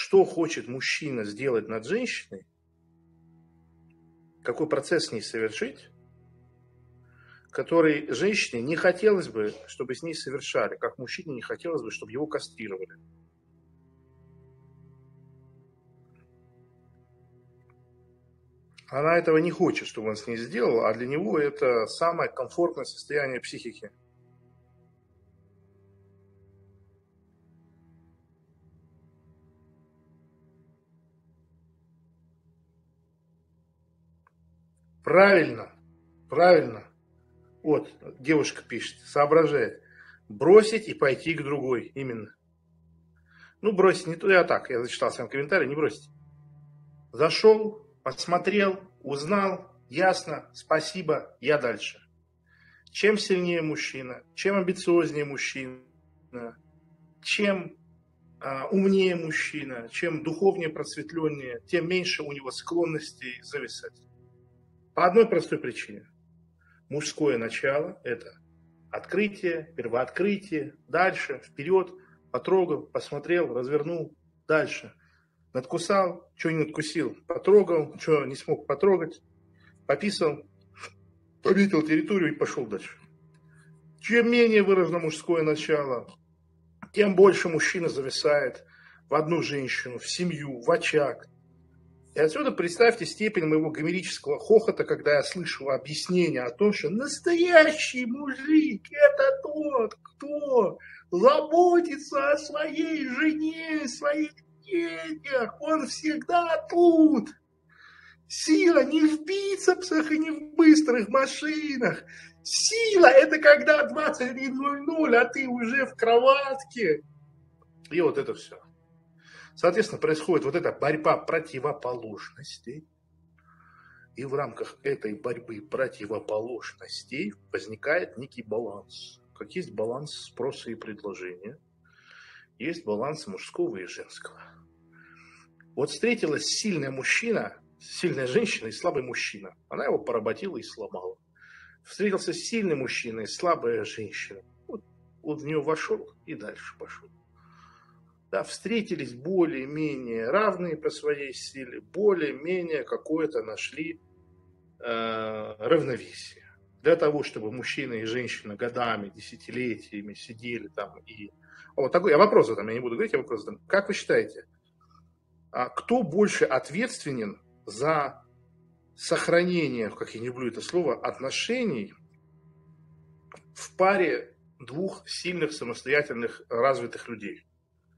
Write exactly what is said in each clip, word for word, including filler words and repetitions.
что хочет мужчина сделать над женщиной, какой процесс с ней совершить, который женщине не хотелось бы, чтобы с ней совершали, как мужчине не хотелось бы, чтобы его кастрировали. Она этого не хочет, чтобы он с ней сделал, а для него это самое комфортное состояние психики. Правильно, правильно. Вот, девушка пишет, соображает. Бросить и пойти к другой, именно. Ну, бросить не то, я так, я зачитал сам комментарий, не бросить. Зашел, посмотрел, узнал, ясно, спасибо, я дальше. Чем сильнее мужчина, чем амбициознее мужчина, чем а, умнее мужчина, чем духовнее, просветленнее, тем меньше у него склонностей зависать. По одной простой причине. Мужское начало – это открытие, первооткрытие, дальше, вперед, потрогал, посмотрел, развернул, дальше. Надкусал, что не надкусил, потрогал, что не смог потрогать, пописал, пометил территорию и пошел дальше. Чем менее выражено мужское начало, тем больше мужчина зависает в одну женщину, в семью, в очаг. И отсюда представьте степень моего гомерического хохота, когда я слышу объяснение о том, что настоящий мужик – это тот, кто заботится о своей жене, своих детях. Он всегда тут. Сила не в бицепсах и не в быстрых машинах. Сила – это когда двадцать один ноль ноль, а ты уже в кроватке. И вот это все. Соответственно, происходит вот эта борьба противоположностей. И в рамках этой борьбы противоположностей возникает некий баланс. Как есть баланс спроса и предложения, есть баланс мужского и женского. Вот встретилась сильная мужчина, сильная женщина и слабый мужчина. Она его поработила и сломала. Встретился сильный мужчина и слабая женщина. Вот он в нее вошел и дальше пошел. Да, встретились более-менее равные по своей силе, более-менее какое-то нашли э, равновесие. Для того, чтобы мужчина и женщина годами, десятилетиями сидели там и... Вот такой, я вопрос задам, я не буду говорить, я вопрос задам. Как вы считаете, а кто больше ответственен за сохранение, как я не люблю это слово, отношений в паре двух сильных, самостоятельных, развитых людей?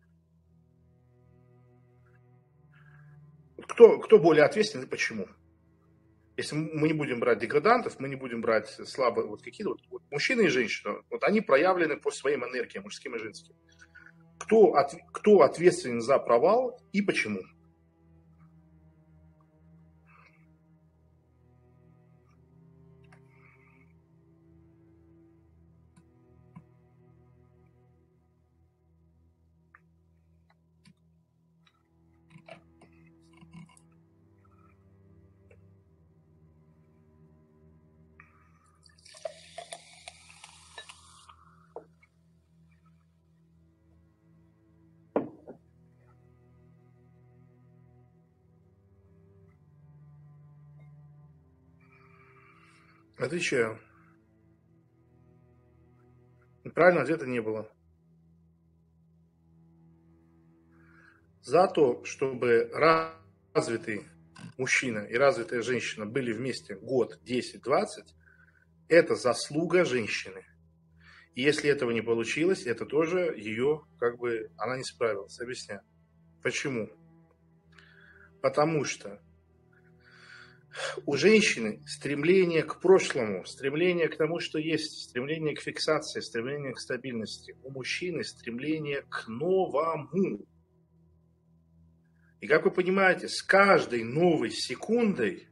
Кто, кто более ответственен и почему? Если мы не будем брать деградантов, мы не будем брать слабые, вот какие-то вот, вот мужчины и женщины, вот они проявлены по своим энергиям, мужским и женским. Кто, от, кто ответственен за провал и почему? Отвечаю. Правильного ответа не было. За то, чтобы развитый мужчина и развитая женщина были вместе год, десять, двадцать, это заслуга женщины. И если этого не получилось, это тоже ее, как бы, она не справилась. Объясняю. Почему? Потому что у женщины стремление к прошлому, стремление к тому, что есть, стремление к фиксации, стремление к стабильности. У мужчины стремление к новому. И как вы понимаете, с каждой новой секундой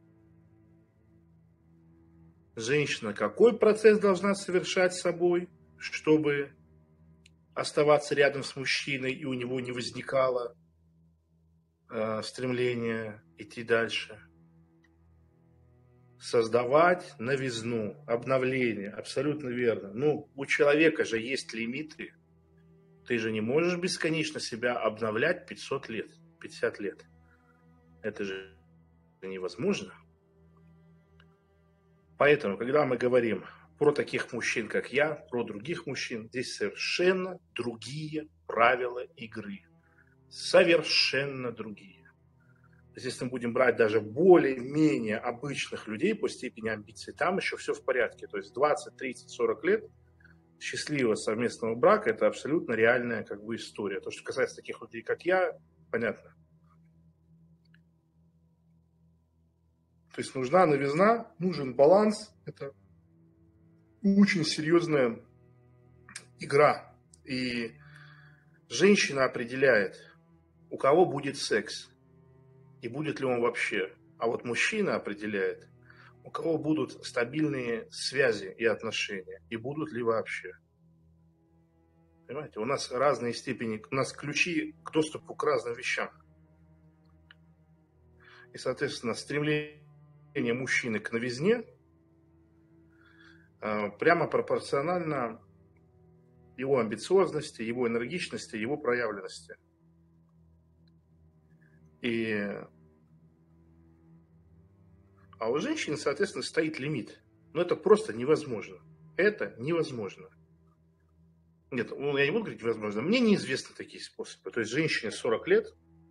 женщина какой процесс должна совершать с собой, чтобы оставаться рядом с мужчиной, и у него не возникало э, стремления идти дальше? Создавать новизну, обновление, абсолютно верно. Ну, у человека же есть лимиты. Ты же не можешь бесконечно себя обновлять пятьсот лет. пятьдесят лет. Это же невозможно. Поэтому, когда мы говорим про таких мужчин, как я, про других мужчин, здесь совершенно другие правила игры. Совершенно другие. То есть, если мы будем брать даже более-менее обычных людей по степени амбиций, там еще все в порядке. То есть двадцать, тридцать, сорок лет счастливого совместного брака – это абсолютно реальная как бы история. То, что касается таких людей, как я, понятно. То есть нужна новизна, нужен баланс. Это очень серьезная игра. И женщина определяет, у кого будет секс и будет ли он вообще. А вот мужчина определяет, у кого будут стабильные связи и отношения и будут ли вообще. Понимаете, у нас разные степени, у нас ключи к доступу к разным вещам. И, соответственно, стремление мужчины к новизне прямо пропорционально его амбициозности, его энергичности, его проявленности. И... А у женщины, соответственно, стоит лимит. Но это просто невозможно. Это невозможно. Нет, ну, я не буду говорить невозможно. Мне неизвестны такие способы. То есть женщине сорок лет,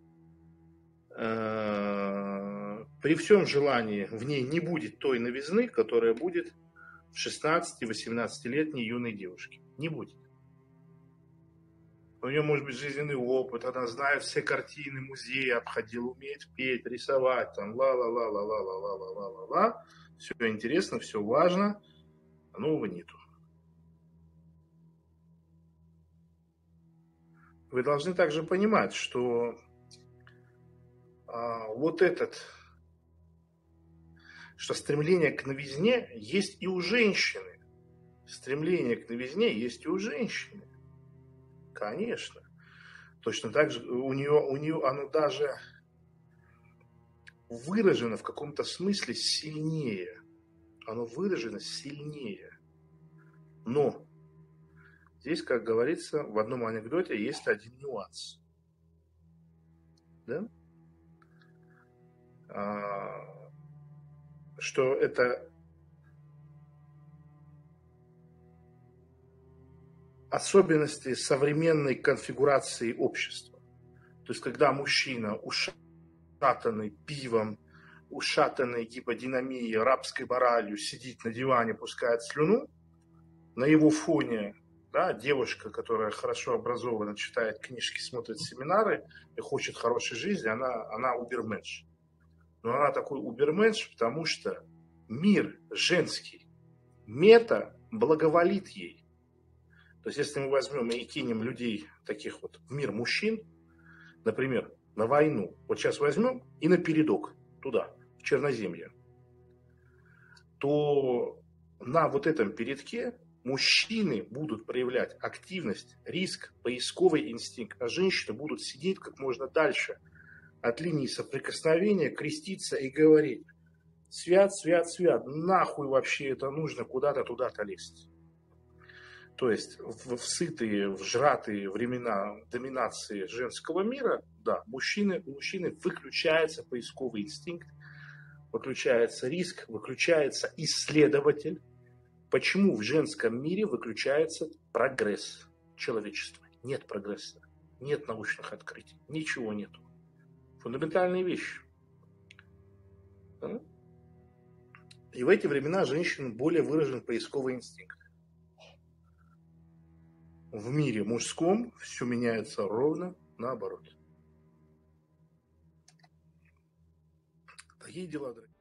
э, при всем желании в ней не будет той новизны, которая будет в шестнадцати-восемнадцатилетней юной девушке. Не будет. У нее может быть жизненный опыт, она знает все картины музея, обходила, умеет петь, рисовать, там, ла-ла-ла-ла-ла-ла-ла-ла-ла-ла. Все интересно, все важно, а нового нету. Вы должны также понимать, что а, вот этот, что стремление к новизне есть и у женщины. Стремление к новизне есть и у женщины. Конечно. Точно так же у нее, у нее оно даже выражено в каком-то смысле сильнее. Оно выражено сильнее. Но здесь, как говорится, в одном анекдоте есть один нюанс. Да? А, что это особенности современной конфигурации общества. То есть, когда мужчина ушатанный пивом, ушатанный гиподинамией, рабской моралью, сидит на диване, пускает слюну, на его фоне, да, девушка, которая хорошо образована, читает книжки, смотрит семинары и хочет хорошей жизни, она, она уберменш. Но она такой уберменш, потому что мир женский, мета благоволит ей. То есть, если мы возьмем и кинем людей, таких вот, в мир мужчин, например, на войну, вот сейчас возьмем и на передок, туда, в Черноземье, то на вот этом передке мужчины будут проявлять активность, риск, поисковый инстинкт, а женщины будут сидеть как можно дальше от линии соприкосновения, креститься и говорить: свят, свят, свят, нахуй вообще это нужно куда-то туда-то лезть. То есть в, в сытые, в сжатые времена доминации женского мира, да, мужчины, у мужчины выключается поисковый инстинкт, выключается риск, выключается исследователь. Почему в женском мире выключается прогресс человечества? Нет прогресса, нет научных открытий, ничего нету. Фундаментальные вещи. Да? И в эти времена женщин более выражен поисковый инстинкт. В мире мужском все меняется ровно наоборот. Такие дела, дорогие.